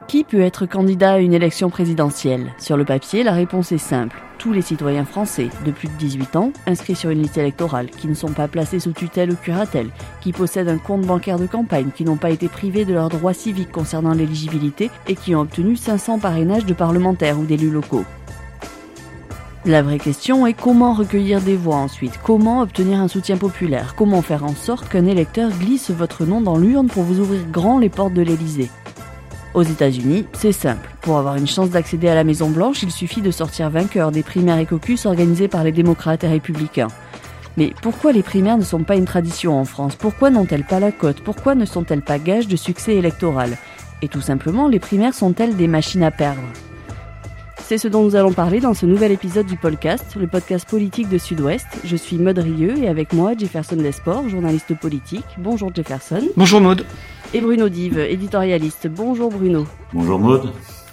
Qui peut être candidat à une élection présidentielle ? Sur le papier, la réponse est simple. Tous les citoyens français de plus de 18 ans, inscrits sur une liste électorale, qui ne sont pas placés sous tutelle ou curatelle, qui possèdent un compte bancaire de campagne, qui n'ont pas été privés de leurs droits civiques concernant l'éligibilité et qui ont obtenu 500 parrainages de parlementaires ou d'élus locaux. La vraie question est comment recueillir des voix ensuite, comment obtenir un soutien populaire, comment faire en sorte qu'un électeur glisse votre nom dans l'urne pour vous ouvrir grand les portes de l'Élysée. Aux États-Unis, c'est simple. Pour avoir une chance d'accéder à la Maison-Blanche, il suffit de sortir vainqueur des primaires et caucus organisés par les démocrates et républicains. Mais pourquoi les primaires ne sont pas une tradition en France ? Pourquoi n'ont-elles pas la cote ? Pourquoi ne sont-elles pas gage de succès électoral ? Et tout simplement, les primaires sont-elles des machines à perdre ? C'est ce dont nous allons parler dans ce nouvel épisode du podcast, le podcast politique de Sud-Ouest. Je suis Maud Rieux et avec moi Jefferson Desports, journaliste politique. Bonjour Jefferson. Bonjour Maud. Et Bruno Dive, éditorialiste. Bonjour Bruno. Bonjour Maud.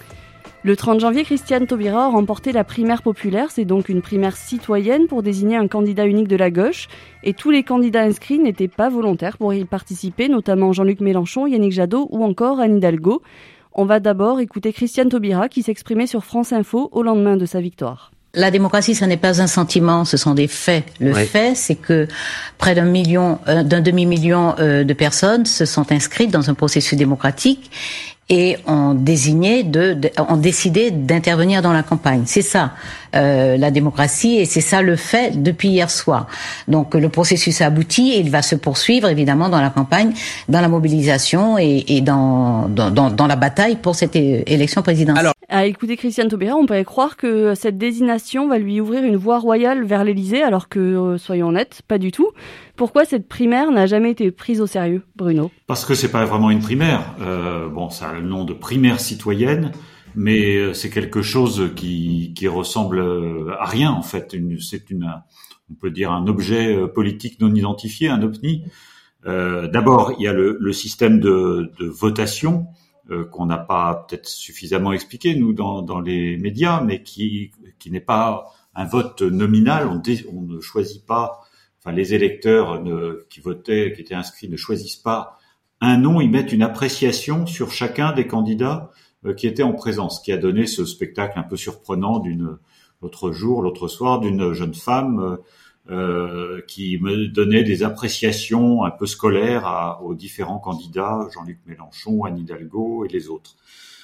Le 30 janvier, Christiane Taubira a remporté la primaire populaire. C'est donc une primaire citoyenne pour désigner un candidat unique de la gauche. Et tous les candidats inscrits n'étaient pas volontaires pour y participer, notamment Jean-Luc Mélenchon, Yannick Jadot ou encore Anne Hidalgo. On va d'abord écouter Christiane Taubira qui s'exprimait sur France Info au lendemain de sa victoire. La démocratie, ça n'est pas un sentiment, ce sont des faits. Le fait, c'est que près d'un demi-million de personnes se sont inscrites dans un processus démocratique et ont décidé d'intervenir dans la campagne. C'est ça, la démocratie, et c'est ça le fait depuis hier soir. Donc le processus a abouti et il va se poursuivre évidemment dans la campagne, dans la mobilisation et dans la bataille pour cette élection présidentielle. À écouter Christiane Taubira, on pourrait croire que cette désignation va lui ouvrir une voie royale vers l'Élysée, alors que, soyons honnêtes, pas du tout. Pourquoi cette primaire n'a jamais été prise au sérieux, Bruno ? Parce que c'est pas vraiment une primaire. Ça a le nom de primaire citoyenne, mais c'est quelque chose qui ressemble à rien en fait. On peut dire un objet politique non identifié, un OVNI. D'abord, il y a le système de votation qu'on n'a pas peut-être suffisamment expliqué nous dans les médias, mais qui n'est pas un vote nominal. On ne choisit pas. Enfin, les électeurs qui étaient inscrits, ne choisissent pas un nom. Ils mettent une appréciation sur chacun des candidats qui étaient en présence, qui a donné ce spectacle un peu surprenant l'autre soir, d'une jeune femme qui me donnait des appréciations un peu scolaires aux différents candidats, Jean-Luc Mélenchon, Anne Hidalgo et les autres.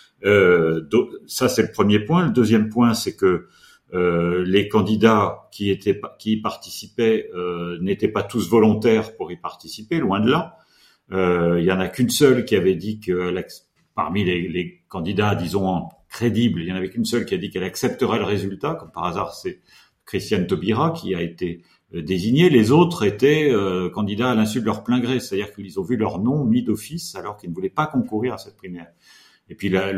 Ça, c'est le premier point. Le deuxième point, c'est que les candidats qui y participaient n'étaient pas tous volontaires pour y participer, loin de là. Il y en a qu'une seule qui avait dit que parmi les candidats, disons, crédibles, il y en avait qu'une seule qui a dit qu'elle accepterait le résultat. Comme par hasard, c'est Christiane Taubira qui a été désignée. Les autres étaient candidats à l'insu de leur plein gré, c'est-à-dire qu'ils ont vu leur nom mis d'office alors qu'ils ne voulaient pas concourir à cette primaire. Et puis là,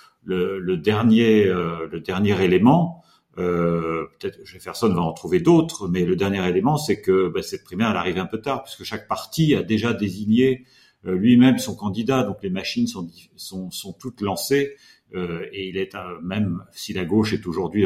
le dernier élément, peut-être Jefferson va en trouver d'autres, mais le dernier élément, c'est que cette primaire elle arrive un peu tard, puisque chaque parti a déjà désigné lui-même son candidat, donc les machines sont toutes lancées, et il est même si la gauche est aujourd'hui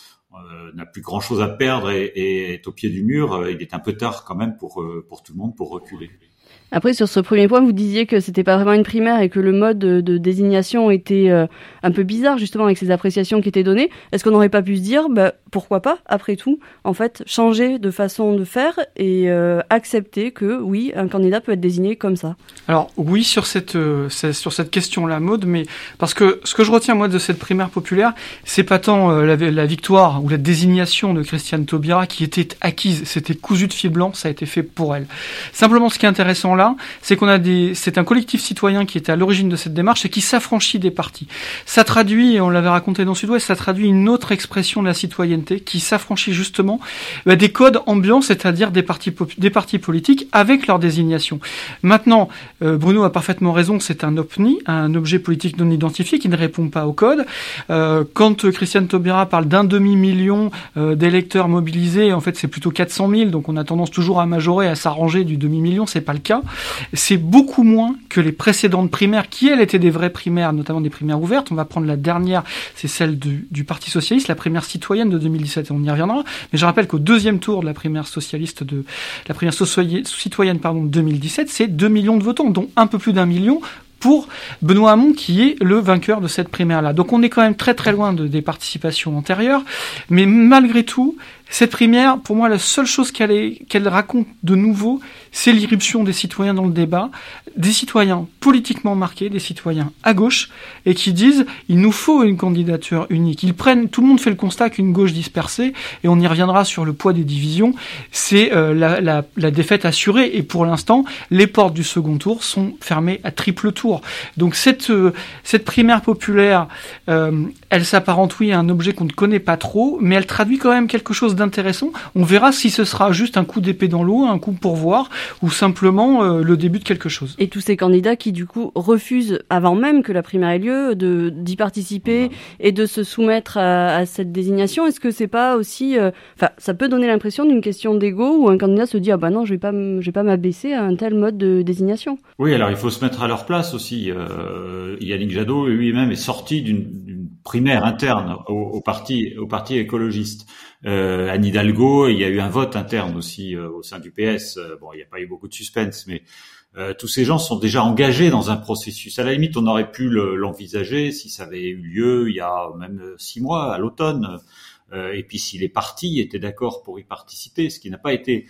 n'a plus grand-chose à perdre et est au pied du mur, il est un peu tard quand même pour tout le monde pour reculer. Après, sur ce premier point, vous disiez que c'était pas vraiment une primaire et que le mode de désignation était un peu bizarre, justement, avec ces appréciations qui étaient données. Est-ce qu'on n'aurait pas pu se dire, pourquoi pas, après tout, en fait, changer de façon de faire et accepter que, oui, un candidat peut être désigné comme ça ? Alors, oui, sur cette question-là, Maud, mais parce que ce que je retiens, moi, de cette primaire populaire, c'est pas tant la victoire ou la désignation de Christiane Taubira qui était acquise, c'était cousu de fil blanc, ça a été fait pour elle. Simplement, ce qui est intéressant là, c'est c'est un collectif citoyen qui était à l'origine de cette démarche et qui s'affranchit des partis. Ça traduit, et on l'avait raconté dans Sud-Ouest, ça traduit une autre expression de la citoyenneté qui s'affranchit justement des codes ambiants, c'est-à-dire des partis politiques avec leur désignation. Maintenant, Bruno a parfaitement raison, c'est un OVNI, un objet politique non identifié qui ne répond pas au code. Quand Christiane Taubira parle d'un demi-million d'électeurs mobilisés, en fait c'est plutôt 400 000, donc on a tendance toujours à majorer, à s'arranger du demi-million, c'est pas le cas. C'est beaucoup moins que les précédentes primaires qui, elles, étaient des vraies primaires, notamment des primaires ouvertes. On va prendre la dernière, c'est celle du Parti Socialiste, la primaire citoyenne de 2017, et on y reviendra. Mais je rappelle qu'au deuxième tour de la primaire citoyenne, de 2017, c'est 2 millions de votants, dont un peu plus d'1 million pour Benoît Hamon, qui est le vainqueur de cette primaire-là. Donc on est quand même très très loin des participations antérieures, mais malgré tout, cette primaire, pour moi, la seule chose qu'elle raconte de nouveau, c'est l'irruption des citoyens dans le débat, des citoyens politiquement marqués, des citoyens à gauche, et qui disent il nous faut une candidature unique. Tout le monde fait le constat qu'une gauche dispersée, et on y reviendra sur le poids des divisions, c'est la défaite assurée. Et pour l'instant, les portes du second tour sont fermées à triple tour. Donc cette primaire populaire, elle s'apparente, oui, à un objet qu'on ne connaît pas trop, mais elle traduit quand même quelque chose d'intéressant. On verra si ce sera juste un coup d'épée dans l'eau, un coup pour voir, ou simplement le début de quelque chose. Et tous ces candidats qui, du coup, refusent, avant même que la primaire ait lieu, d'y participer et de se soumettre à cette désignation, est-ce que c'est pas aussi... ça peut donner l'impression d'une question d'ego où un candidat se dit « Ah bah non, je vais pas m'abaisser à un tel mode de désignation ». Oui, alors il faut se mettre à leur place aussi. Yannick Jadot lui-même est sorti d'une primaire interne au parti écologiste. Anne Hidalgo, il y a eu un vote interne aussi au sein du PS. Il n'y a pas eu beaucoup de suspense, mais tous ces gens sont déjà engagés dans un processus. À la limite, on aurait pu l'envisager si ça avait eu lieu il y a même 6 mois, à l'automne. Et puis si les partis étaient d'accord pour y participer, ce qui n'a pas été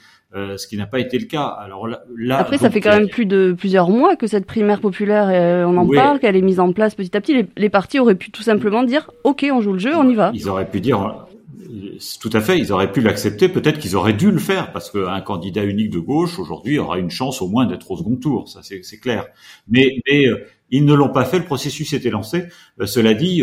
le cas. Alors là après, ça fait quand même plusieurs mois que cette primaire populaire, on en parle, qu'elle est mise en place petit à petit. Les partis auraient pu tout simplement dire « Ok, on joue le jeu, on y va ». Ils auraient pu dire... Tout à fait, ils auraient pu l'accepter, peut-être qu'ils auraient dû le faire, parce qu'un candidat unique de gauche, aujourd'hui, aura une chance au moins d'être au second tour, ça c'est clair. Mais ils ne l'ont pas fait, le processus était lancé. Cela dit,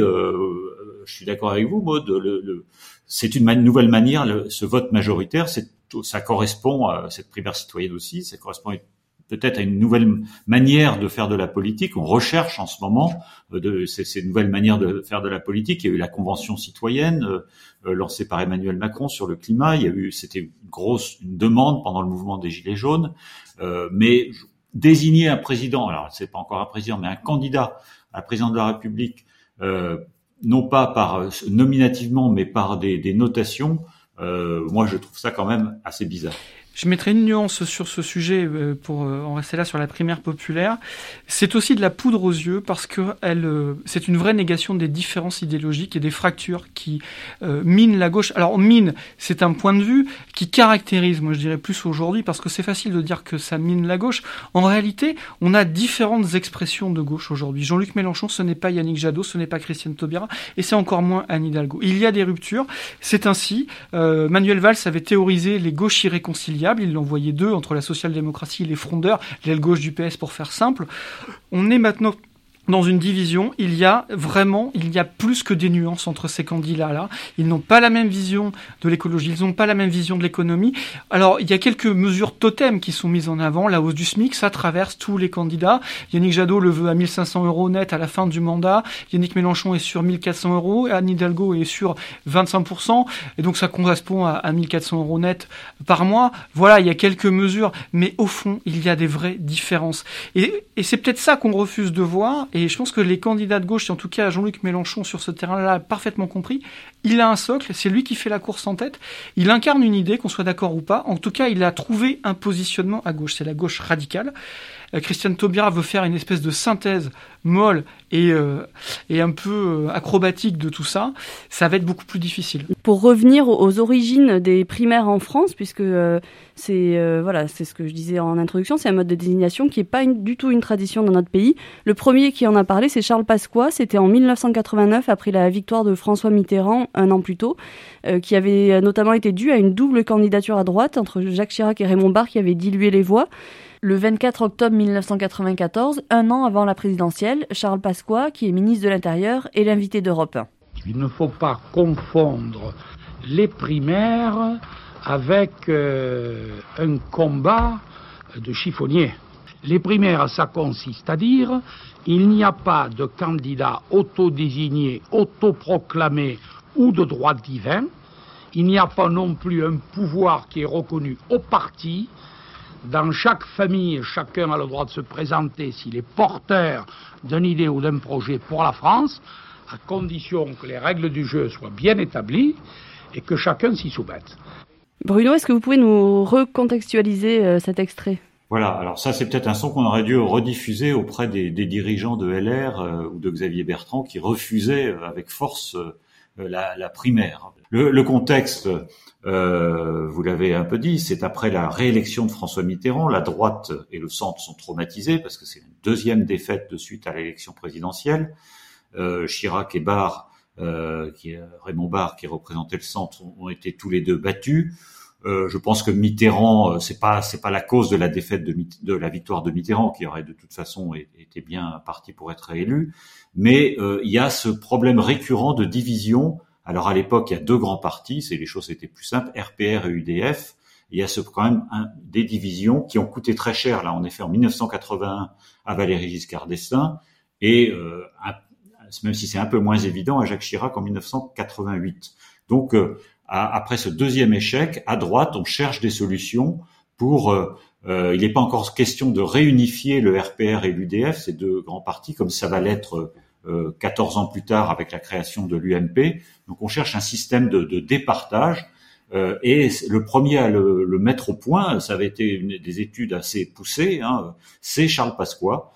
je suis d'accord avec vous, Maud, c'est une nouvelle manière, ce vote majoritaire, ça correspond à cette primaire citoyenne aussi, ça correspond peut-être à une nouvelle manière de faire de la politique. On recherche en ce moment ces nouvelles manières de faire de la politique. Il y a eu la convention citoyenne lancée par Emmanuel Macron sur le climat. C'était une demande pendant le mouvement des Gilets jaunes. Mais désigner un président, alors c'est pas encore un président, mais un candidat à président de la République, non pas nominativement, mais par des notations, moi je trouve ça quand même assez bizarre. Je mettrai une nuance sur ce sujet pour en rester là sur la primaire populaire. C'est aussi de la poudre aux yeux parce que c'est une vraie négation des différences idéologiques et des fractures qui minent la gauche. Alors mine, c'est un point de vue qui caractérise, moi je dirais plus aujourd'hui, parce que c'est facile de dire que ça mine la gauche. En réalité, on a différentes expressions de gauche aujourd'hui. Jean-Luc Mélenchon, ce n'est pas Yannick Jadot, ce n'est pas Christiane Taubira, et c'est encore moins Anne Hidalgo. Il y a des ruptures. C'est ainsi. Manuel Valls avait théorisé les gauches irréconciliables. Il l'envoyait 2 entre la social-démocratie et les frondeurs, l'aile gauche du PS pour faire simple. On est maintenant dans une division, il y a plus que des nuances entre ces candidats-là. Ils n'ont pas la même vision de l'écologie, ils n'ont pas la même vision de l'économie. Alors, il y a quelques mesures totems qui sont mises en avant. La hausse du SMIC, ça traverse tous les candidats. Yannick Jadot le veut à 1 500 € net à la fin du mandat. Yannick Mélenchon est sur 1 400 €. Anne Hidalgo est sur 25%. Et donc, ça correspond à 1 400 € net par mois. Voilà, il y a quelques mesures. Mais au fond, il y a des vraies différences. Et c'est peut-être ça qu'on refuse de voir. Et je pense que les candidats de gauche, et en tout cas Jean-Luc Mélenchon sur ce terrain-là, a parfaitement compris. Il a un socle, c'est lui qui fait la course en tête. Il incarne une idée, qu'on soit d'accord ou pas. En tout cas, il a trouvé un positionnement à gauche. C'est la gauche radicale. Christiane Taubira veut faire une espèce de synthèse molle et un peu acrobatique de tout ça. Ça va être beaucoup plus difficile. Pour revenir aux origines des primaires en France, puisque c'est ce que je disais en introduction, c'est un mode de désignation qui n'est pas du tout une tradition dans notre pays. Le premier qui en a parlé, c'est Charles Pasqua. C'était en 1989, après la victoire de François Mitterrand, un an plus tôt, qui avait notamment été due à une double candidature à droite entre Jacques Chirac et Raymond Barre qui avait dilué les voix. Le 24 octobre 1994, un an avant la présidentielle, Charles Pasqua, qui est ministre de l'Intérieur, est l'invité d'Europe 1. Il ne faut pas confondre les primaires avec un combat de chiffonniers. Les primaires, ça consiste à dire il n'y a pas de candidat autodésigné, autoproclamé ou de droit divin. Il n'y a pas non plus un pouvoir qui est reconnu au parti. Dans chaque famille, chacun a le droit de se présenter s'il est porteur d'une idée ou d'un projet pour la France, à condition que les règles du jeu soient bien établies et que chacun s'y soumette. Bruno, est-ce que vous pouvez nous recontextualiser cet extrait ? Voilà, alors ça c'est peut-être un son qu'on aurait dû rediffuser auprès des dirigeants de LR ou de Xavier Bertrand qui refusaient avec force la primaire. Le contexte, vous l'avez un peu dit, c'est après la réélection de François Mitterrand, la droite et le centre sont traumatisés parce que c'est une deuxième défaite de suite à l'élection présidentielle. Chirac et Barre, Raymond Barre qui représentait le centre, ont été tous les deux battus. Je pense que Mitterrand, c'est pas la cause de la défaite de la victoire de Mitterrand, qui aurait de toute façon été bien parti pour être réélu. Mais il y a ce problème récurrent de division. Alors à l'époque, il y a deux grands partis, les choses étaient plus simples, RPR et UDF. Il y a quand même des divisions qui ont coûté très cher, là en effet, en 1981 à Valéry Giscard d'Estaing, et même si c'est un peu moins évident, à Jacques Chirac en 1988. Donc après ce deuxième échec, à droite, on cherche des solutions pour... il n'est pas encore question de réunifier le RPR et l'UDF, ces deux grands partis, comme ça va l'être 14 ans plus tard avec la création de l'UMP. Donc on cherche un système de départage. Et le premier à le mettre au point, ça avait été des études assez poussées, hein, c'est Charles Pasqua.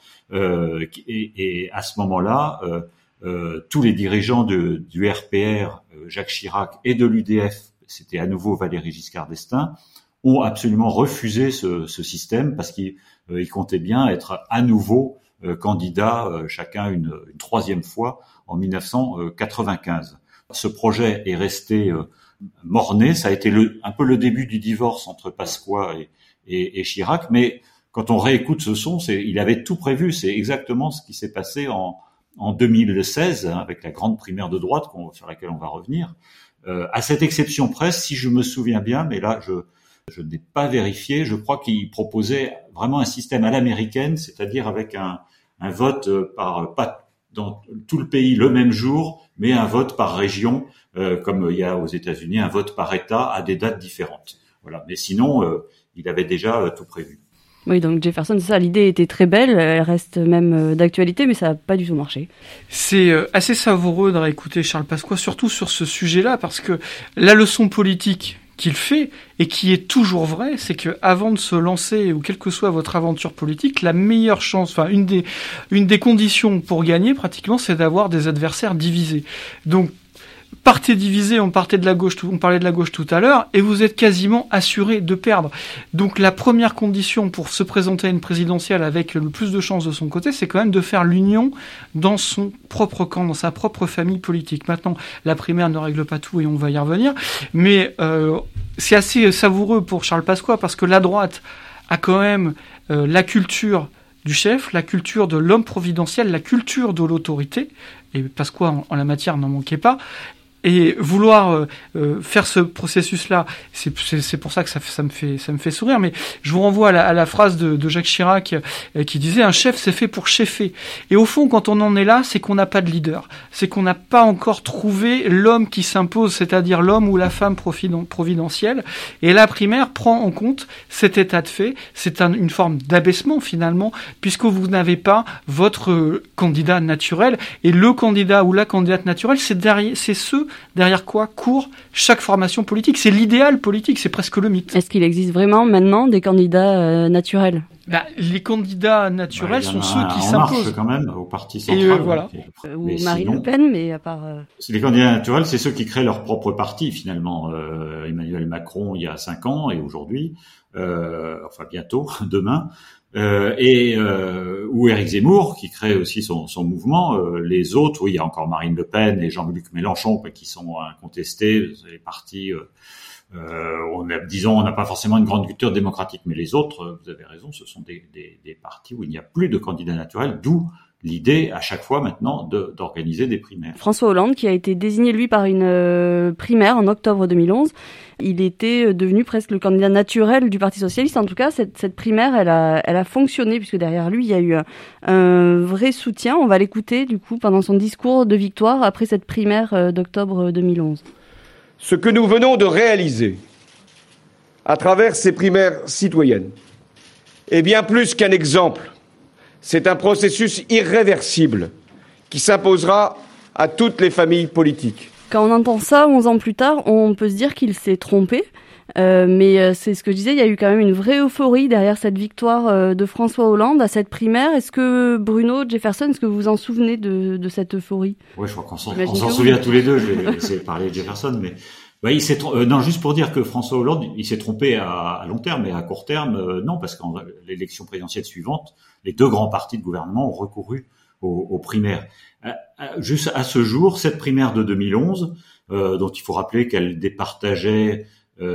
Et à ce moment-là... tous les dirigeants du RPR, Jacques Chirac, et de l'UDF, c'était à nouveau Valéry Giscard d'Estaing, ont absolument refusé ce système parce qu'ils comptaient bien être à nouveau candidats, chacun une troisième fois, en 1995. Ce projet est resté mort-né, ça a été un peu le début du divorce entre Pasqua et Chirac, mais quand on réécoute ce son, il avait tout prévu, c'est exactement ce qui s'est passé en 2016, avec la grande primaire de droite sur laquelle on va revenir, à cette exception près, si je me souviens bien, mais là je n'ai pas vérifié, je crois qu'il proposait vraiment un système à l'américaine, c'est-à-dire avec un vote pas dans tout le pays le même jour, mais un vote par région, comme il y a aux États-Unis, un vote par État à des dates différentes. Voilà. Mais sinon, il avait déjà tout prévu. Oui, donc Jefferson, c'est ça, l'idée était très belle, elle reste même d'actualité, mais ça n'a pas du tout marché. C'est assez savoureux de réécouter Charles Pasqua, surtout sur ce sujet-là, parce que la leçon politique qu'il fait, et qui est toujours vraie, c'est que avant de se lancer, ou quelle que soit votre aventure politique, la meilleure chance, enfin une des conditions pour gagner, pratiquement, c'est d'avoir des adversaires divisés. Donc, partez divisé, on parlait de la gauche tout à l'heure, et vous êtes quasiment assuré de perdre. Donc la première condition pour se présenter à une présidentielle avec le plus de chances de son côté, c'est quand même de faire l'union dans son propre camp, dans sa propre famille politique. Maintenant, la primaire ne règle pas tout et on va y revenir, mais c'est assez savoureux pour Charles Pasqua parce que la droite a quand même la culture du chef, la culture de l'homme providentiel, la culture de l'autorité, et Pasqua en la matière n'en manquait pas. Et vouloir faire ce processus-là, c'est pour ça que ça me fait sourire. Mais je vous renvoie à la phrase de Jacques Chirac qui disait « Un chef, c'est fait pour cheffer ». Et au fond, quand on en est là, c'est qu'on n'a pas de leader. C'est qu'on n'a pas encore trouvé l'homme qui s'impose, c'est-à-dire l'homme ou la femme providentielle. Et la primaire prend en compte cet état de fait. C'est une forme d'abaissement, finalement, puisque vous n'avez pas votre candidat naturel. Et le candidat ou la candidate naturelle, c'est ceux derrière quoi court chaque formation politique. C'est l'idéal politique, c'est presque le mythe. Est-ce qu'il existe vraiment maintenant des candidats naturels ? Les candidats naturels sont ceux qui s'imposent. Marche quand même au parti central. Voilà. Ou Marine Le Pen, mais à part... Les candidats naturels, c'est ceux qui créent leur propre parti finalement. Emmanuel Macron il y a 5 ans et aujourd'hui, enfin bientôt, demain. Ou Éric Zemmour qui crée aussi son mouvement. Les autres, oui, il y a encore Marine Le Pen et Jean-Luc Mélenchon qui sont incontestés. Les partis, on n'a pas forcément une grande culture démocratique, mais les autres, vous avez raison, ce sont des partis où il n'y a plus de candidats naturels, d'où l'idée à chaque fois maintenant d'organiser des primaires. François Hollande, qui a été désigné lui par une primaire en octobre 2011, il était devenu presque le candidat naturel du Parti socialiste. En tout cas, cette primaire, elle a fonctionné puisque derrière lui, il y a eu un vrai soutien. On va l'écouter du coup pendant son discours de victoire après cette primaire d'octobre 2011. Ce que nous venons de réaliser à travers ces primaires citoyennes est bien plus qu'un exemple. C'est un processus irréversible qui s'imposera à toutes les familles politiques. Quand on entend ça 11 ans plus tard, on peut se dire qu'il s'est trompé. Mais c'est ce que je disais, il y a eu quand même une vraie euphorie derrière cette victoire de François Hollande à cette primaire. Est-ce que Bruno Jefferson, est-ce que vous vous en souvenez de cette euphorie? Oui, je crois qu'on s'en souvient tous les deux. Je vais essayer de parler de Jefferson, mais il s'est non, juste pour dire que François Hollande, il s'est trompé à long terme, et à court terme, non, parce qu'en l'élection présidentielle suivante, les deux grands partis de gouvernement ont recouru aux primaires. Juste à ce jour, cette primaire de 2011, dont il faut rappeler qu'elle départageait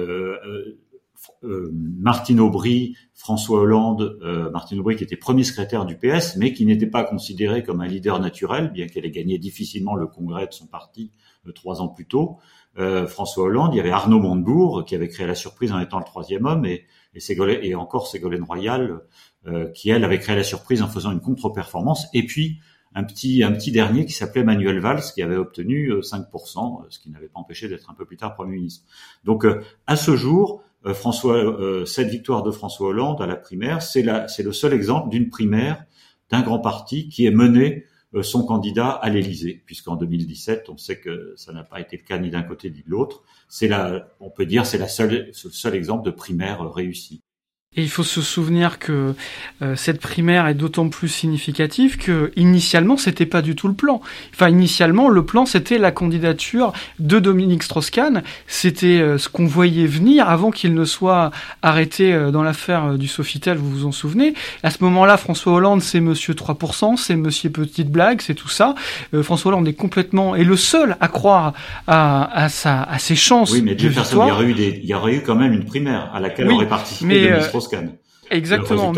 Martine Aubry, François Hollande, Martine Aubry qui était premier secrétaire du PS, mais qui n'était pas considérée comme un leader naturel, bien qu'elle ait gagné difficilement le congrès de son parti 3 ans plus tôt. François Hollande, il y avait Arnaud Montebourg qui avait créé la surprise en étant le troisième homme, et encore Ségolène Royal qui elle avait créé la surprise en faisant une contre-performance, et puis un petit dernier qui s'appelait Manuel Valls qui avait obtenu 5%, ce qui n'avait pas empêché d'être un peu plus tard Premier ministre. Donc à ce jour, cette victoire de François Hollande à la primaire, c'est le seul exemple d'une primaire d'un grand parti qui ait mené son candidat à l'Élysée, puisqu'en 2017, on sait que ça n'a pas été le cas ni d'un côté ni de l'autre. On peut dire, c'est le seul exemple de primaire réussie. Et il faut se souvenir que cette primaire est d'autant plus significative que initialement c'était pas du tout le plan. Enfin initialement le plan c'était la candidature de Dominique Strauss-Kahn. C'était ce qu'on voyait venir avant qu'il ne soit arrêté dans l'affaire du Sofitel, vous vous en souvenez. À ce moment-là, François Hollande c'est Monsieur 3%, c'est Monsieur Petite Blague, c'est tout ça. François Hollande est le seul à croire à ses chances. Oui, mais de Jefferson, il y aurait eu quand même une primaire à laquelle aurait participé Dominique Strauss-Kahn. Exactement,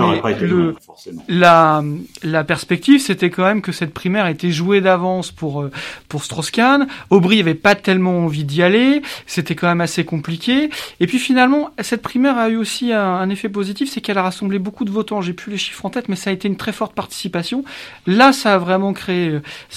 mais la perspective, c'était quand même que cette primaire était jouée d'avance pour Strauss-Kahn. Aubry avait pas tellement envie d'y aller, c'était quand même assez compliqué. Et puis finalement, cette primaire a eu aussi un effet positif, c'est qu'elle a rassemblé beaucoup de votants. J'ai plus les chiffres en tête, mais ça a été une très forte participation. Là, ça a vraiment créé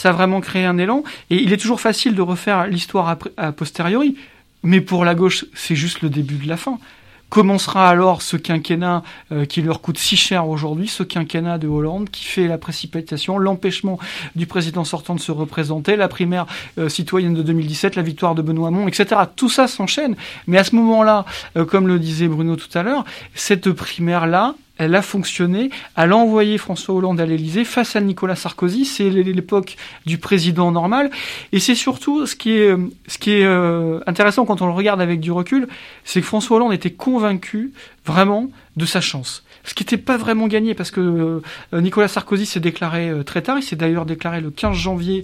un élan. Et il est toujours facile de refaire l'histoire a posteriori, mais pour la gauche, c'est juste le début de la fin. Commencera alors ce quinquennat qui leur coûte si cher aujourd'hui, ce quinquennat de Hollande qui fait la précipitation, l'empêchement du président sortant de se représenter, la primaire citoyenne de 2017, la victoire de Benoît Hamon, etc. Tout ça s'enchaîne, mais à ce moment-là, comme le disait Bruno tout à l'heure, cette primaire-là, elle a fonctionné, elle a envoyé François Hollande à l'Élysée face à Nicolas Sarkozy, c'est l'époque du président normal, et c'est surtout ce qui est intéressant quand on le regarde avec du recul, c'est que François Hollande était convaincu vraiment de sa chance. Ce qui n'était pas vraiment gagné parce que Nicolas Sarkozy s'est déclaré très tard, il s'est d'ailleurs déclaré le 15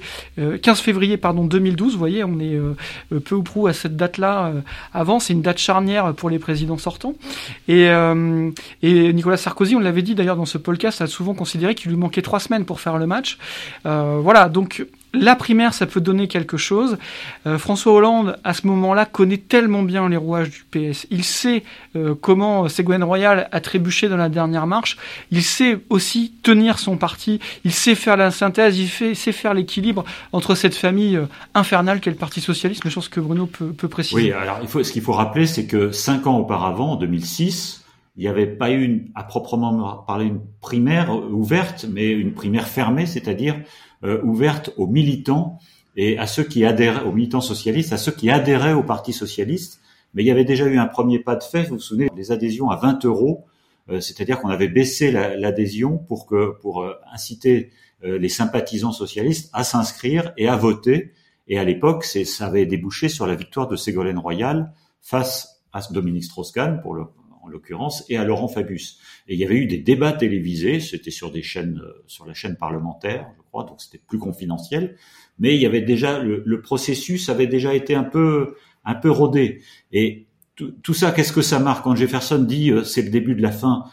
février 2012, vous voyez, on est peu ou prou à cette date-là avant, c'est une date charnière pour les présidents sortants. Et Nicolas Sarkozy, on l'avait dit d'ailleurs dans ce podcast, a souvent considéré qu'il lui manquait 3 semaines pour faire le match. Voilà, donc la primaire, ça peut donner quelque chose. François Hollande, à ce moment-là, connaît tellement bien les rouages du PS. Il sait comment Ségolène Royal a trébuché dans la dernière marche. Il sait aussi tenir son parti. Il sait faire la synthèse. Il sait faire l'équilibre entre cette famille infernale qu'est le Parti Socialiste. Mais je pense que Bruno peut préciser. Oui, alors ce qu'il faut rappeler, c'est que 5 ans auparavant, en 2006, il n'y avait pas eu à proprement parler une primaire ouverte, mais une primaire fermée, c'est-à-dire ouverte aux militants et à ceux qui adhéraient, aux militants socialistes, à ceux qui adhéraient au Parti Socialiste. Mais il y avait déjà eu un premier pas de fait, vous vous souvenez, les adhésions à 20 €, c'est-à-dire qu'on avait baissé l'adhésion pour inciter les sympathisants socialistes à s'inscrire et à voter. Et à l'époque, ça avait débouché sur la victoire de Ségolène Royal face à Dominique Strauss-Kahn, en l'occurrence, et à Laurent Fabius. Et il y avait eu des débats télévisés, c'était sur la chaîne parlementaire, je crois, donc c'était plus confidentiel, mais il y avait déjà, le processus avait déjà été un peu rodé. Et tout ça, qu'est-ce que ça marque? Quand Jefferson dit c'est le début de la fin,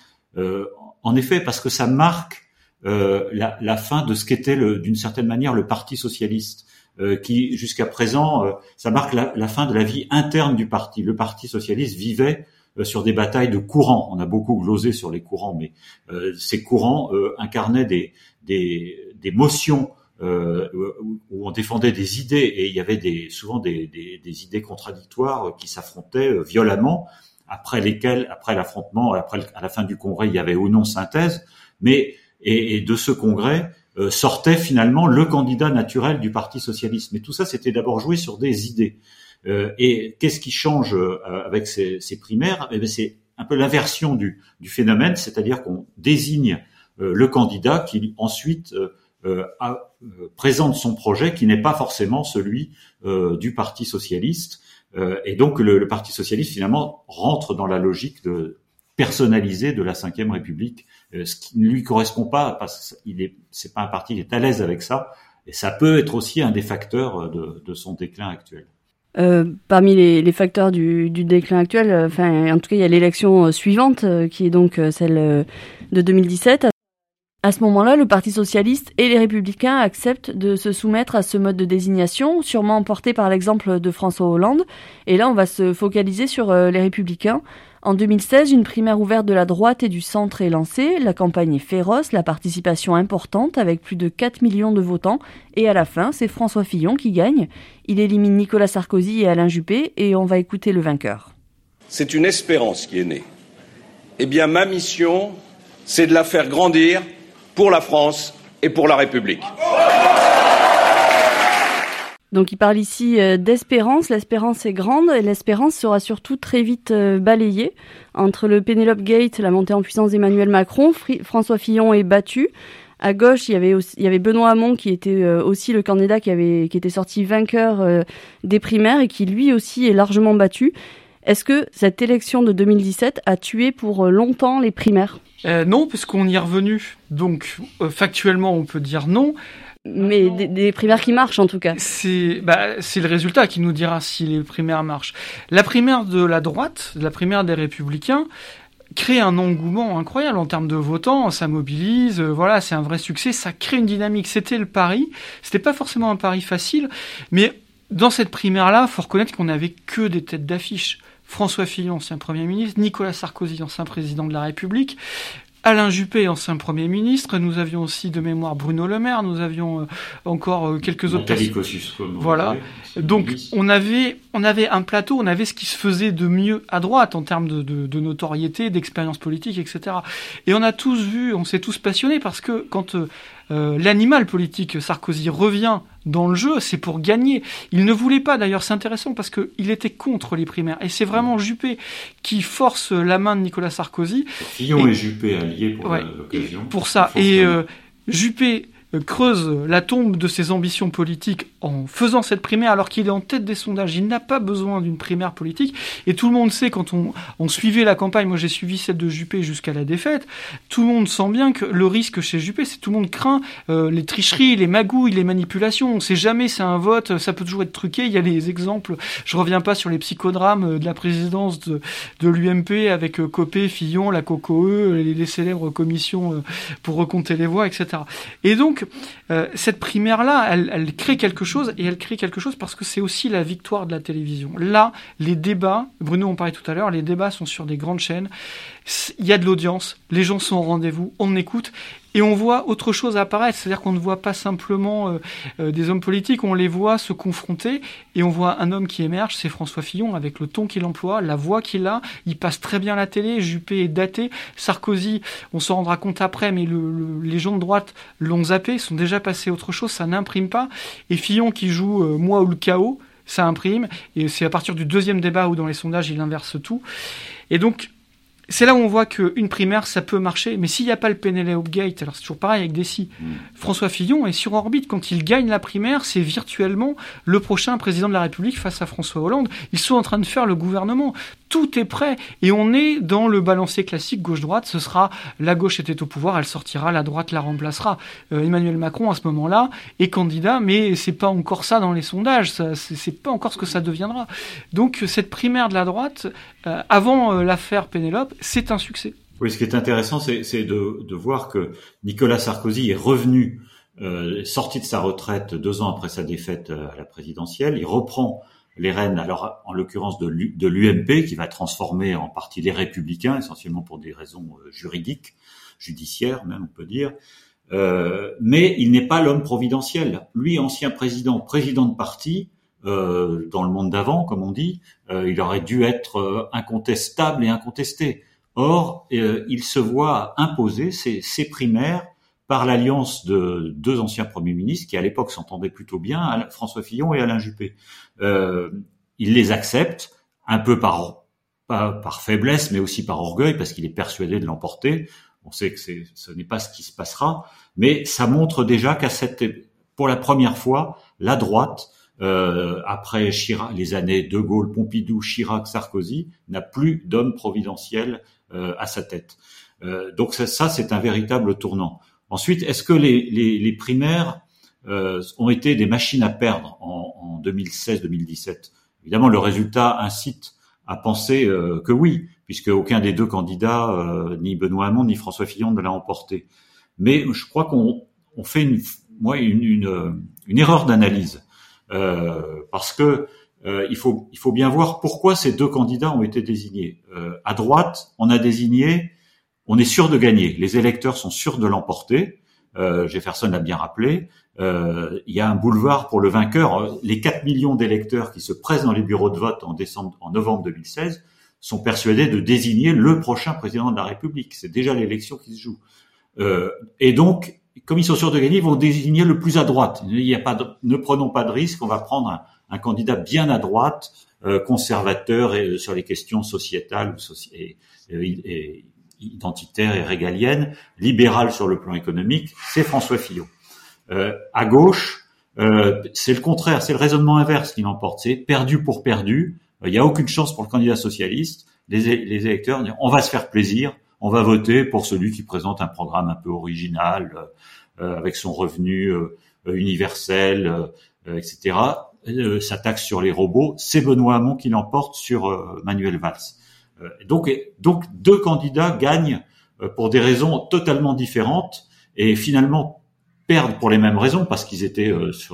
en effet, parce que ça marque la fin de ce qu'était d'une certaine manière le Parti socialiste, qui jusqu'à présent, ça marque la fin de la vie interne du parti. Le Parti socialiste vivait sur des batailles de courants. On a beaucoup glosé sur les courants, mais ces courants incarnaient des motions où on défendait des idées, et il y avait souvent des idées contradictoires qui s'affrontaient violemment, après l'affrontement, à la fin du congrès, il y avait ou non synthèse, mais et de ce congrès sortait finalement le candidat naturel du Parti socialiste. Mais tout ça, c'était d'abord joué sur des idées. Et qu'est-ce qui change avec ces primaires? Eh bien, c'est un peu l'inversion du phénomène, c'est-à-dire qu'on désigne le candidat qui ensuite présente son projet qui n'est pas forcément celui du Parti socialiste. Et donc le Parti socialiste finalement rentre dans la logique personnalisée de la Ve République, ce qui ne lui correspond pas parce que c'est pas un parti qui est à l'aise avec ça. Et ça peut être aussi un des facteurs de son déclin actuel. Parmi les facteurs du déclin actuel, en tout cas, il y a l'élection suivante, qui est donc celle de 2017. À ce moment-là, le Parti socialiste et les Républicains acceptent de se soumettre à ce mode de désignation, sûrement porté par l'exemple de François Hollande. Et là, on va se focaliser sur les Républicains. En 2016, une primaire ouverte de la droite et du centre est lancée. La campagne est féroce, la participation importante, avec plus de 4 millions de votants. Et à la fin, c'est François Fillon qui gagne. Il élimine Nicolas Sarkozy et Alain Juppé, et on va écouter le vainqueur. C'est une espérance qui est née. Eh bien, ma mission, c'est de la faire grandir pour la France et pour la République. Donc il parle ici d'espérance. L'espérance est grande et l'espérance sera surtout très vite balayée. Entre le Penelope Gate, la montée en puissance d'Emmanuel Macron, François Fillon est battu. À gauche, il y avait Benoît Hamon qui était aussi le candidat qui était sorti vainqueur des primaires et qui lui aussi est largement battu. Est-ce que cette élection de 2017 a tué pour longtemps les primaires ? Non, puisqu'on y est revenu. Donc, factuellement, on peut dire non. Mais des primaires qui marchent, en tout cas. C'est le résultat qui nous dira si les primaires marchent. La primaire de la droite, la primaire des Républicains, crée un engouement incroyable en termes de votants, ça mobilise, voilà, c'est un vrai succès, ça crée une dynamique. C'était le pari. C'était pas forcément un pari facile, mais dans cette primaire-là, faut reconnaître qu'on n'avait que des têtes d'affiche. François Fillon, ancien Premier ministre, Nicolas Sarkozy, ancien président de la République, Alain Juppé, ancien Premier ministre, nous avions aussi de mémoire Bruno Le Maire, nous avions encore quelques autres personnes. Voilà. Donc on avait un plateau, on avait ce qui se faisait de mieux à droite en termes de notoriété, d'expérience politique, etc. Et on a tous vu, on s'est tous passionnés parce que quand l'animal politique Sarkozy revient dans le jeu, c'est pour gagner. Il ne voulait pas, d'ailleurs, c'est intéressant parce que il était contre les primaires. Et c'est vraiment Juppé qui force la main de Nicolas Sarkozy. Fillon et Juppé alliés pour l'occasion. Pour ça. Et Juppé creuse la tombe de ses ambitions politiques en faisant cette primaire alors qu'il est en tête des sondages. Il n'a pas besoin d'une primaire politique. Et tout le monde sait, quand on suivait la campagne, moi j'ai suivi celle de Juppé jusqu'à la défaite, tout le monde sent bien que le risque chez Juppé, c'est tout le monde craint les tricheries, les magouilles, les manipulations. On ne sait jamais, c'est un vote, ça peut toujours être truqué. Il y a les exemples, je reviens pas sur les psychodrames de la présidence de l'UMP avec Copé, Fillon, la COCOE, les célèbres commissions pour recompter les voix, etc. Et donc, cette primaire-là, elle crée quelque chose, et elle crée quelque chose parce que c'est aussi la victoire de la télévision. Là, les débats, Bruno en parlait tout à l'heure, les débats sont sur des grandes chaînes, il y a de l'audience, les gens sont au rendez-vous, on écoute, et on voit autre chose apparaître, c'est-à-dire qu'on ne voit pas simplement des hommes politiques, on les voit se confronter, et on voit un homme qui émerge, c'est François Fillon, avec le ton qu'il emploie, la voix qu'il a, il passe très bien à la télé, Juppé est daté, Sarkozy, on s'en rendra compte après, mais les gens de droite l'ont zappé, sont déjà passés à autre chose, ça n'imprime pas, et Fillon qui joue moi ou le chaos, ça imprime, et c'est à partir du deuxième débat où dans les sondages il inverse tout, et donc c'est là où on voit qu'une primaire, ça peut marcher. Mais s'il n'y a pas le Penelope Gate, alors c'est toujours pareil avec Dessy. François Fillon est sur orbite. Quand il gagne la primaire, c'est virtuellement le prochain président de la République face à François Hollande. Ils sont en train de faire le gouvernement. Tout est prêt. Et on est dans le balancier classique gauche-droite. Ce sera la gauche était au pouvoir, elle sortira, la droite la remplacera. Emmanuel Macron, à ce moment-là, est candidat, mais c'est pas encore ça dans les sondages. C'est pas encore ce que ça deviendra. Donc, cette primaire de la droite, avant l'affaire Penelope, c'est un succès. Oui, ce qui est intéressant, c'est de voir que Nicolas Sarkozy est revenu, sorti de sa retraite 2 ans après sa défaite à la présidentielle. Il reprend les rênes, alors en l'occurrence de l'UMP, qui va transformer en partie les Républicains, essentiellement pour des raisons juridiques, judiciaires même, on peut dire. Mais il n'est pas l'homme providentiel. Lui, ancien président de parti, dans le monde d'avant, comme on dit, il aurait dû être incontestable et incontesté. Or, il se voit imposer ces primaires par l'alliance de 2 anciens premiers ministres qui, à l'époque, s'entendaient plutôt bien, François Fillon et Alain Juppé. il les accepte, un peu pas par faiblesse, mais aussi par orgueil, parce qu'il est persuadé de l'emporter. On sait que ce n'est pas ce qui se passera, mais ça montre déjà pour la première fois, la droite, après Chirac, les années De Gaulle, Pompidou, Chirac, Sarkozy, n'a plus d'homme providentiel à sa tête. Donc ça, c'est un véritable tournant. Ensuite, est-ce que les primaires ont été des machines à perdre en 2016-2017 ? Évidemment, le résultat incite à penser que oui, puisque aucun des deux candidats, ni Benoît Hamon ni François Fillon, ne l'a emporté. Mais je crois qu'on fait une erreur d'analyse, parce que il faut bien voir pourquoi ces deux candidats ont été désignés. À droite, on est sûr de gagner. Les électeurs sont sûrs de l'emporter. Jefferson l'a bien rappelé. Il y a un boulevard pour le vainqueur. Les 4 millions d'électeurs qui se pressent dans les bureaux de vote en novembre 2016 sont persuadés de désigner le prochain président de la République. C'est déjà l'élection qui se joue. Et donc, comme ils sont sûrs de gagner, ils vont désigner le plus à droite. Ne prenons pas de risque, on va prendre un candidat bien à droite, conservateur et sur les questions sociétales et identitaires et régaliennes, libéral sur le plan économique, c'est François Fillon. À gauche, c'est le contraire, c'est le raisonnement inverse qui l'emporte, c'est perdu pour perdu. Il n'y a aucune chance pour le candidat socialiste. Les électeurs disent on va se faire plaisir, on va voter pour celui qui présente un programme un peu original, avec son revenu universel, etc. Sa taxe sur les robots, c'est Benoît Hamon qui l'emporte sur Manuel Valls. Donc deux candidats gagnent pour des raisons totalement différentes et finalement perdent pour les mêmes raisons parce qu'ils étaient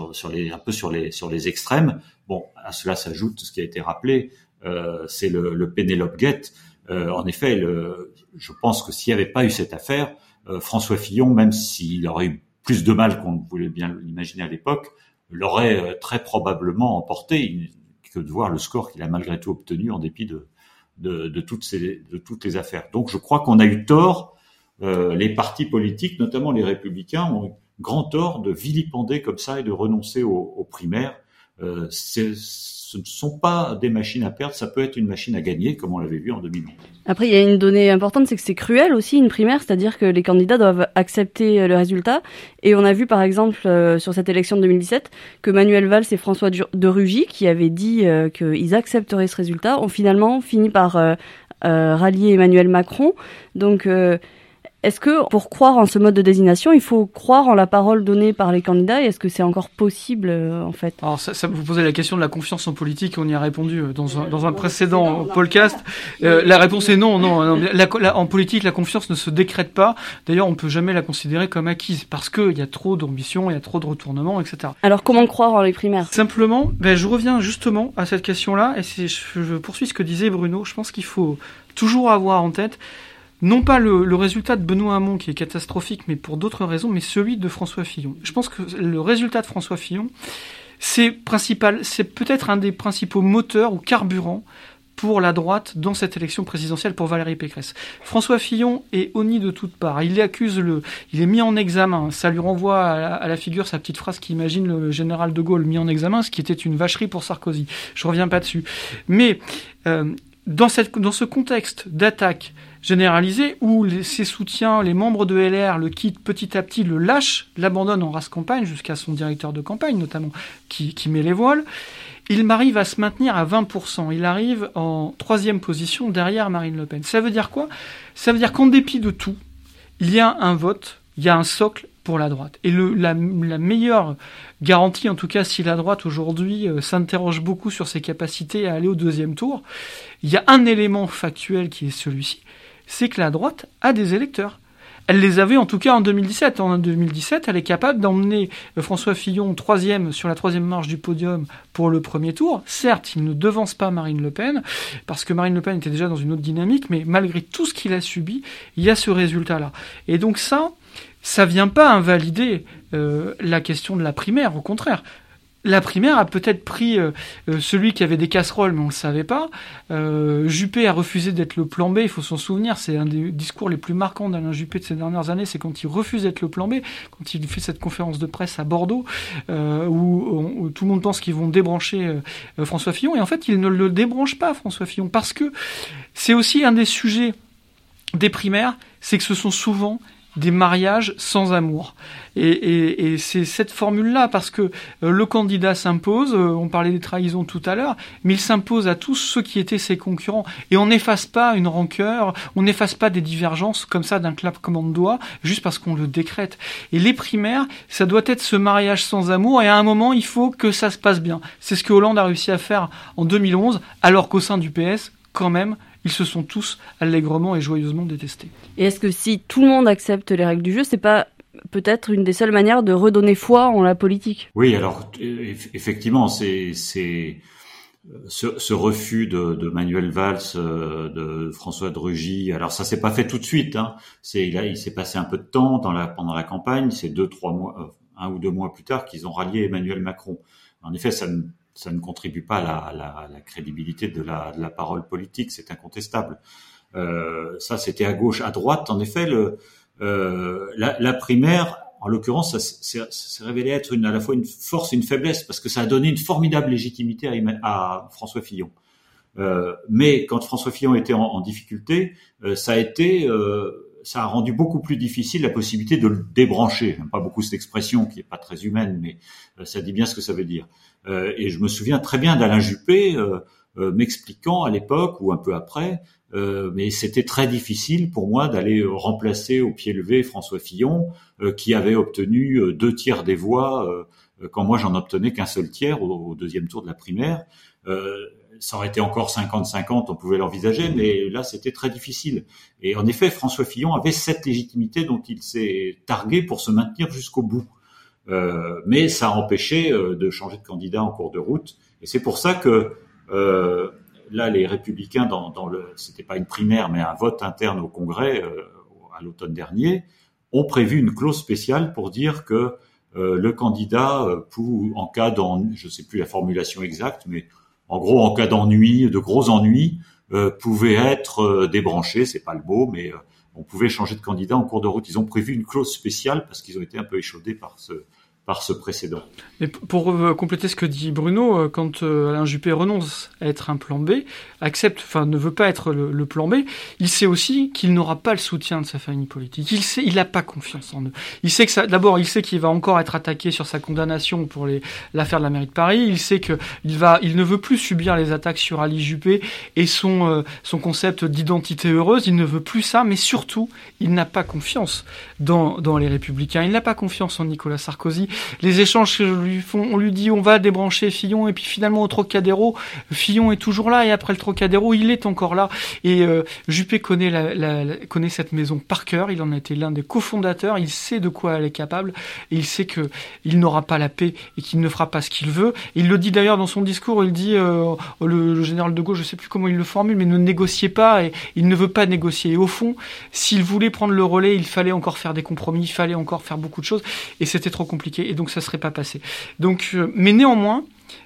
sur les extrêmes. Bon, à cela s'ajoute ce qui a été rappelé, c'est le Penelope Gate. En effet, je pense que s'il n'y avait pas eu cette affaire, François Fillon, même s'il aurait eu plus de mal qu'on voulait bien l'imaginer à l'époque, l'aurait très probablement emporté, que de voir le score qu'il a malgré tout obtenu en dépit de toutes les affaires. Donc je crois qu'on a eu tort, les partis politiques, notamment les Républicains, ont eu grand tort de vilipender comme ça et de renoncer aux primaires. Ce ne sont pas des machines à perdre, ça peut être une machine à gagner, comme on l'avait vu en 2011. Après, il y a une donnée importante, c'est que c'est cruel aussi, une primaire, c'est-à-dire que les candidats doivent accepter le résultat. Et on a vu, par exemple, sur cette élection de 2017, que Manuel Valls et François de Rugy, qui avaient dit qu'ils accepteraient ce résultat, ont finalement fini par rallier Emmanuel Macron. Donc, est-ce que pour croire en ce mode de désignation, il faut croire en la parole donnée par les candidats et est-ce que c'est encore possible en fait ? Alors ça vous posez la question de la confiance en politique, on y a répondu dans un précédent podcast. La réponse est non. En politique, la confiance ne se décrète pas. D'ailleurs, on ne peut jamais la considérer comme acquise parce qu'il y a trop d'ambition, il y a trop de retournements, etc. Alors comment croire en les primaires ? Simplement, je reviens justement à cette question-là et je poursuis ce que disait Bruno. Je pense qu'il faut toujours avoir en tête non pas le résultat de Benoît Hamon qui est catastrophique, mais pour d'autres raisons, mais celui de François Fillon. Je pense que le résultat de François Fillon, c'est peut-être un des principaux moteurs ou carburants pour la droite dans cette élection présidentielle pour Valérie Pécresse. François Fillon est honni de toutes parts. Il est mis en examen. Ça lui renvoie à la figure sa petite phrase qui imagine le général de Gaulle mis en examen, ce qui était une vacherie pour Sarkozy. Je reviens pas dessus. Mais dans ce contexte d'attaque généralisée où ses soutiens, les membres de LR le quittent petit à petit, le lâchent, l'abandonnent en race campagne jusqu'à son directeur de campagne notamment qui met les voiles, il arrive à se maintenir à 20%. Il arrive en 3e position derrière Marine Le Pen. Ça veut dire quoi ? Ça veut dire qu'en dépit de tout, il y a un vote, il y a un socle pour la droite. Et la meilleure garantie, en tout cas, si la droite aujourd'hui s'interroge beaucoup sur ses capacités à aller au 2e tour, il y a un élément factuel qui est celui-ci, c'est que la droite a des électeurs. Elle les avait en tout cas en 2017. En 2017, elle est capable d'emmener François Fillon 3e sur la 3e marche du podium pour le premier tour. Certes, il ne devance pas Marine Le Pen, parce que Marine Le Pen était déjà dans une autre dynamique, mais malgré tout ce qu'il a subi, il y a ce résultat-là. Et donc ça vient pas invalider la question de la primaire, au contraire. la primaire a peut-être pris celui qui avait des casseroles, mais on le savait pas. Juppé a refusé d'être le plan B, il faut s'en souvenir, c'est un des discours les plus marquants d'Alain Juppé de ces dernières années, c'est quand il refuse d'être le plan B, quand il fait cette conférence de presse à Bordeaux, où tout le monde pense qu'ils vont débrancher François Fillon, et en fait, ils ne le débranchent pas, François Fillon, parce que c'est aussi un des sujets des primaires, c'est que ce sont souvent des mariages sans amour. Et c'est cette formule-là, parce que le candidat s'impose, on parlait des trahisons tout à l'heure, mais il s'impose à tous ceux qui étaient ses concurrents. Et on n'efface pas une rancœur, on n'efface pas des divergences comme ça d'un claquement de doigts, juste parce qu'on le décrète. Et les primaires, ça doit être ce mariage sans amour, et à un moment, il faut que ça se passe bien. C'est ce que Hollande a réussi à faire en 2011, alors qu'au sein du PS, quand même, ils se sont tous allègrement et joyeusement détestés. Et est-ce que si tout le monde accepte les règles du jeu, c'est pas peut-être une des seules manières de redonner foi en la politique? Oui, alors effectivement, c'est ce refus de Manuel Valls, de François de Rugy. Alors ça s'est pas fait tout de suite. Hein. Il s'est passé un peu de temps pendant la campagne. C'est 2-3 mois, 1 ou 2 mois plus tard qu'ils ont rallié Emmanuel Macron. En effet, ça ne contribue pas à la crédibilité de la parole politique, c'est incontestable. Ça, c'était à gauche. À droite, en effet, la primaire, en l'occurrence, ça s'est révélé être à la fois une force et une faiblesse, parce que ça a donné une formidable légitimité à François Fillon. Mais quand François Fillon était en difficulté, ça a rendu beaucoup plus difficile la possibilité de le débrancher. J'aime pas beaucoup cette expression qui est pas très humaine, mais ça dit bien ce que ça veut dire. Et je me souviens très bien d'Alain Juppé m'expliquant à l'époque ou un peu après, mais c'était très difficile pour moi d'aller remplacer au pied levé François Fillon, qui avait obtenu 2/3 des voix quand moi j'en obtenais qu'un seul tiers au deuxième tour de la primaire. Ça aurait été encore 50-50, on pouvait l'envisager, mais là, c'était très difficile. Et en effet, François Fillon avait cette légitimité dont il s'est targué pour se maintenir jusqu'au bout. Mais ça a empêché de changer de candidat en cours de route. Et c'est pour ça que là, les Républicains, c'était pas une primaire, mais un vote interne au Congrès à l'automne dernier, ont prévu une clause spéciale pour dire que le candidat, en cas d'ennui, je sais plus la formulation exacte, mais en gros, en cas d'ennui, de gros ennuis, pouvait être débranché, c'est pas le mot, mais on pouvait changer de candidat en cours de route. Ils ont prévu une clause spéciale parce qu'ils ont été un peu échaudés par ce précédent. Mais pour compléter ce que dit Bruno, quand Alain Juppé renonce à être un plan B, ne veut pas être le plan B, il sait aussi qu'il n'aura pas le soutien de sa famille politique. Il n'a pas confiance en eux. Il sait il sait qu'il va encore être attaqué sur sa condamnation pour l'affaire de la mairie de Paris. Il sait qu'il ne veut plus subir les attaques sur Ali Juppé et son concept d'identité heureuse. Il ne veut plus ça, mais surtout, il n'a pas confiance dans les Républicains. Il n'a pas confiance en Nicolas Sarkozy. Les échanges on lui dit on va débrancher Fillon, et puis finalement au Trocadéro, Fillon est toujours là, et après le Trocadéro, il est encore là. Et Juppé connaît cette maison par cœur, il en a été l'un des cofondateurs, il sait de quoi elle est capable, et il sait que il n'aura pas la paix et qu'il ne fera pas ce qu'il veut. Et il le dit d'ailleurs dans son discours, il dit le général de Gaulle, je sais plus comment il le formule, mais ne négociez pas, et il ne veut pas négocier. Et au fond, s'il voulait prendre le relais, il fallait encore faire des compromis, il fallait encore faire beaucoup de choses, et c'était trop compliqué. Et donc ça serait pas passé. Donc, mais néanmoins,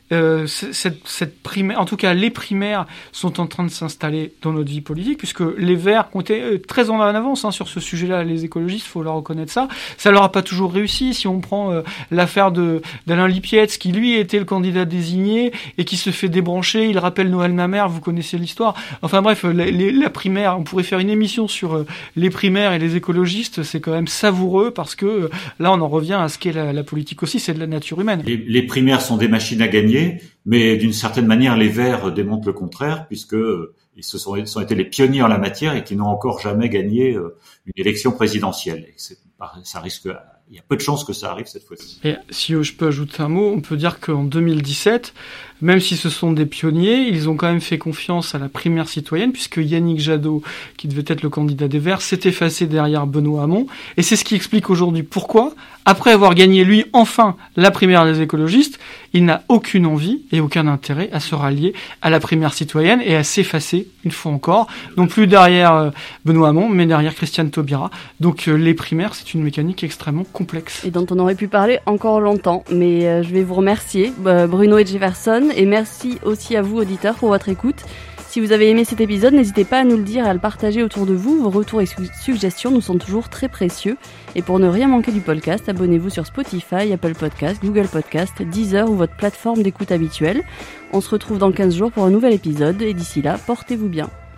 cette primaire, en tout cas les primaires sont en train de s'installer dans notre vie politique, puisque les Verts ont été très en avance sur ce sujet-là, les écologistes, faut leur reconnaître ça. Ça leur a pas toujours réussi. Si on prend l'affaire d'Alain Lipietz, qui lui était le candidat désigné et qui se fait débrancher, il rappelle Noël Mamère, vous connaissez l'histoire. Enfin bref, la primaire, on pourrait faire une émission sur les primaires et les écologistes, c'est quand même savoureux, parce que là on en revient à ce qu'est la politique aussi, c'est de la nature humaine. Les primaires sont des machines à gagner. Mais d'une certaine manière, les Verts démontrent le contraire, puisque ils ont été les pionniers en la matière et qui n'ont encore jamais gagné une élection présidentielle. Et ça risque, il y a peu de chances que ça arrive cette fois-ci. Et si je peux ajouter un mot, on peut dire qu'en 2017, même si ce sont des pionniers, ils ont quand même fait confiance à la primaire citoyenne, puisque Yannick Jadot, qui devait être le candidat des Verts, s'est effacé derrière Benoît Hamon. Et c'est ce qui explique aujourd'hui pourquoi, après avoir gagné lui enfin la primaire des écologistes, il n'a aucune envie et et aucun intérêt à se rallier à la primaire citoyenne et à s'effacer, une fois encore, non plus derrière Benoît Hamon, mais derrière Christiane Taubira. Donc les primaires, c'est une mécanique extrêmement complexe. Et dont on aurait pu parler encore longtemps, mais je vais vous remercier, Bruno et Jefferson, et merci aussi à vous, auditeurs, pour votre écoute. Si vous avez aimé cet épisode, n'hésitez pas à nous le dire et à le partager autour de vous. Vos retours et suggestions nous sont toujours très précieux. Et pour ne rien manquer du podcast, abonnez-vous sur Spotify, Apple Podcast, Google Podcast, Deezer ou votre plateforme d'écoute habituelle. On se retrouve dans 15 jours pour un nouvel épisode et d'ici là, portez-vous bien.